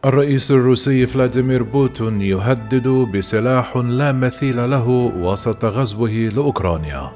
الرئيس الروسي فلاديمير بوتين يهدد بسلاح لا مثيل له وسط غزوه لأوكرانيا.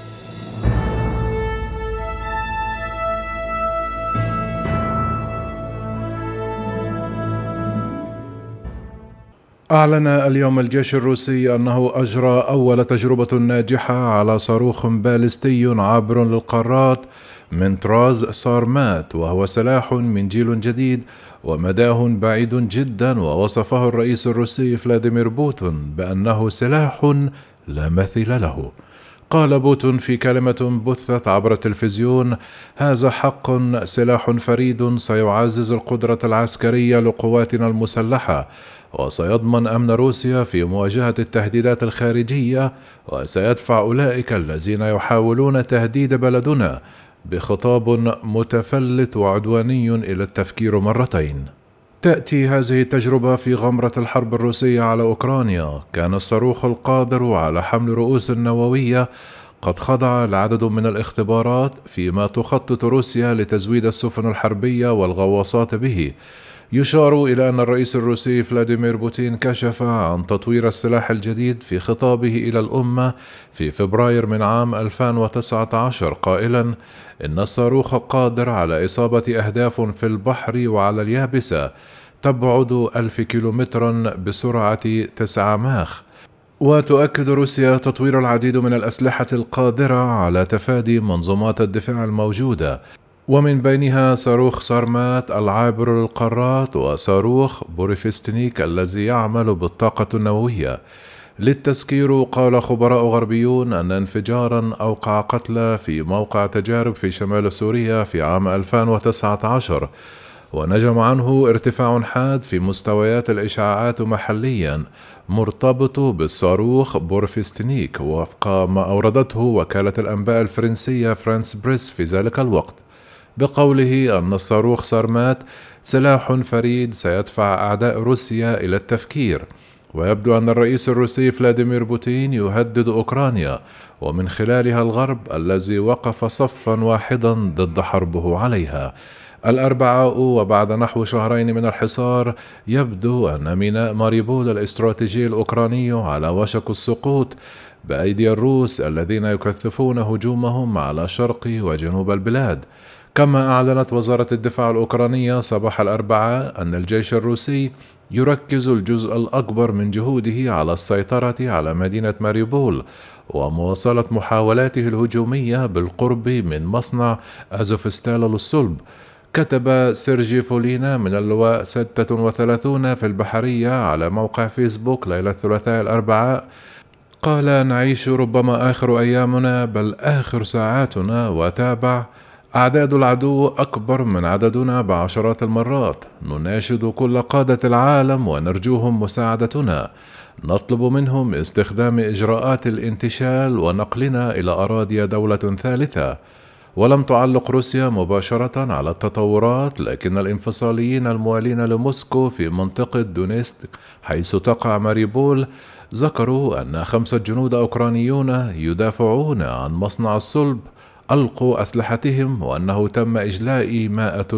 أعلن اليوم الجيش الروسي أنه أجرى أول تجربة ناجحة على صاروخ باليستي عابر للقارات من طراز سارمات، وهو سلاح من جيل جديد ومداه بعيد جدا، ووصفه الرئيس الروسي فلاديمير بوتين بأنه سلاح لا مثيل له. قال بوتين في كلمة بثت عبر التلفزيون: هذا حق سلاح فريد سيعزز القدرة العسكرية لقواتنا المسلحة، وسيضمن أمن روسيا في مواجهة التهديدات الخارجية، وسيدفع أولئك الذين يحاولون تهديد بلدنا بخطاب متفلت وعدواني إلى التفكير مرتين. تأتي هذه التجربة في غمرة الحرب الروسية على أوكرانيا. كان الصاروخ القادر على حمل رؤوس نووية قد خضع لعدد من الاختبارات، فيما تخطط روسيا لتزويد السفن الحربية والغواصات به. يشار إلى أن الرئيس الروسي فلاديمير بوتين كشف عن تطوير السلاح الجديد في خطابه إلى الأمة في فبراير من عام 2019، قائلا: إن الصاروخ قادر على إصابة أهداف في البحر وعلى اليابسة تبعد 1000 كيلومترا بسرعة 9 ماخ. وتؤكد روسيا تطوير العديد من الأسلحة القادرة على تفادي منظومات الدفاع الموجودة، ومن بينها صاروخ سارمات العابر للقارات وصاروخ بوريفستنيك الذي يعمل بالطاقة النووية. للتذكير، قال خبراء غربيون أن انفجارا أوقع قتلى في موقع تجارب في شمال سوريا في عام 2019، ونجم عنه ارتفاع حاد في مستويات الإشعاعات محليا مرتبط بالصاروخ بورفستنيك، وفق ما أوردته وكالة الأنباء الفرنسية فرانس بريس في ذلك الوقت، بقوله أن الصاروخ سارمات سلاح فريد سيدفع أعداء روسيا إلى التفكير. ويبدو أن الرئيس الروسي فلاديمير بوتين يهدد أوكرانيا، ومن خلالها الغرب الذي وقف صفا واحدا ضد حربه عليها. الأربعاء وبعد نحو شهرين من الحصار، يبدو أن ميناء ماريبول الاستراتيجي الأوكراني على وشك السقوط بأيدي الروس الذين يكثفون هجومهم على شرق وجنوب البلاد. كما أعلنت وزارة الدفاع الأوكرانية صباح الأربعاء أن الجيش الروسي يركز الجزء الأكبر من جهوده على السيطرة على مدينة ماريوبول ومواصلة محاولاته الهجومية بالقرب من مصنع أزوفستال للصلب. كتب سيرجي فولينا من اللواء 36 في البحرية على موقع فيسبوك ليلة الثلاثاء الأربعاء، قال: نعيش ربما آخر أيامنا بل آخر ساعاتنا. وتابع: أعداد العدو أكبر من عددنا بعشرات المرات. نناشد كل قادة العالم ونرجوهم مساعدتنا. نطلب منهم استخدام إجراءات الانتشال ونقلنا إلى أراضي دولة ثالثة. ولم تعلق روسيا مباشرة على التطورات، لكن الانفصاليين الموالين لموسكو في منطقة دونيتسك حيث تقع ماريبول ذكروا أن 5 جنود أوكرانيون يدافعون عن مصنع الصلب ألقوا أسلحتهم، وأنه تم إجلاء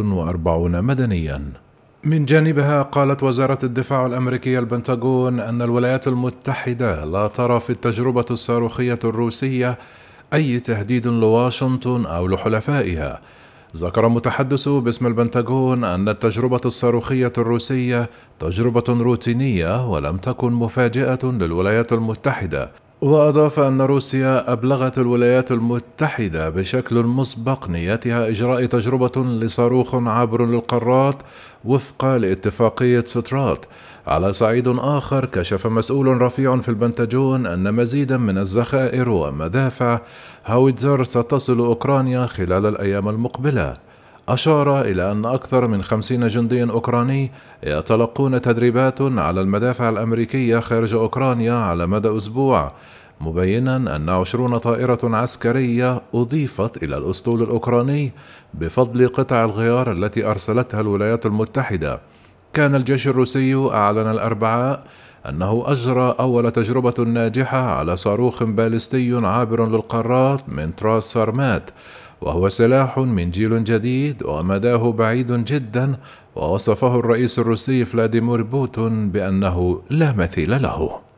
140 مدنيا. من جانبها، قالت وزارة الدفاع الأمريكية البنتاغون أن الولايات المتحدة لا ترى في التجربة الصاروخية الروسية أي تهديد لواشنطن أو لحلفائها. ذكر متحدث باسم البنتاغون أن التجربة الصاروخية الروسية تجربة روتينية ولم تكن مفاجئة للولايات المتحدة، وأضاف أن روسيا أبلغت الولايات المتحدة بشكل مسبق نيتها إجراء تجربة لصاروخ عابر للقارات وفقا لاتفاقية سترات. على صعيد آخر، كشف مسؤول رفيع في البنتاغون أن مزيدا من الذخائر ومدافع هاويتزر ستصل أوكرانيا خلال الأيام المقبلة. أشار إلى أن أكثر من 50 جندي أوكراني يتلقون تدريبات على المدافع الأمريكية خارج أوكرانيا على مدى أسبوع، مبينا أن 20 طائرة عسكرية أضيفت إلى الأسطول الأوكراني بفضل قطع الغيار التي أرسلتها الولايات المتحدة. كان الجيش الروسي أعلن الأربعاء أنه أجرى أول تجربة ناجحة على صاروخ باليستي عابر للقارات من طراز سارمات، وهو سلاح من جيل جديد ومداه بعيد جدا، ووصفه الرئيس الروسي فلاديمير بوتين بأنه لا مثيل له.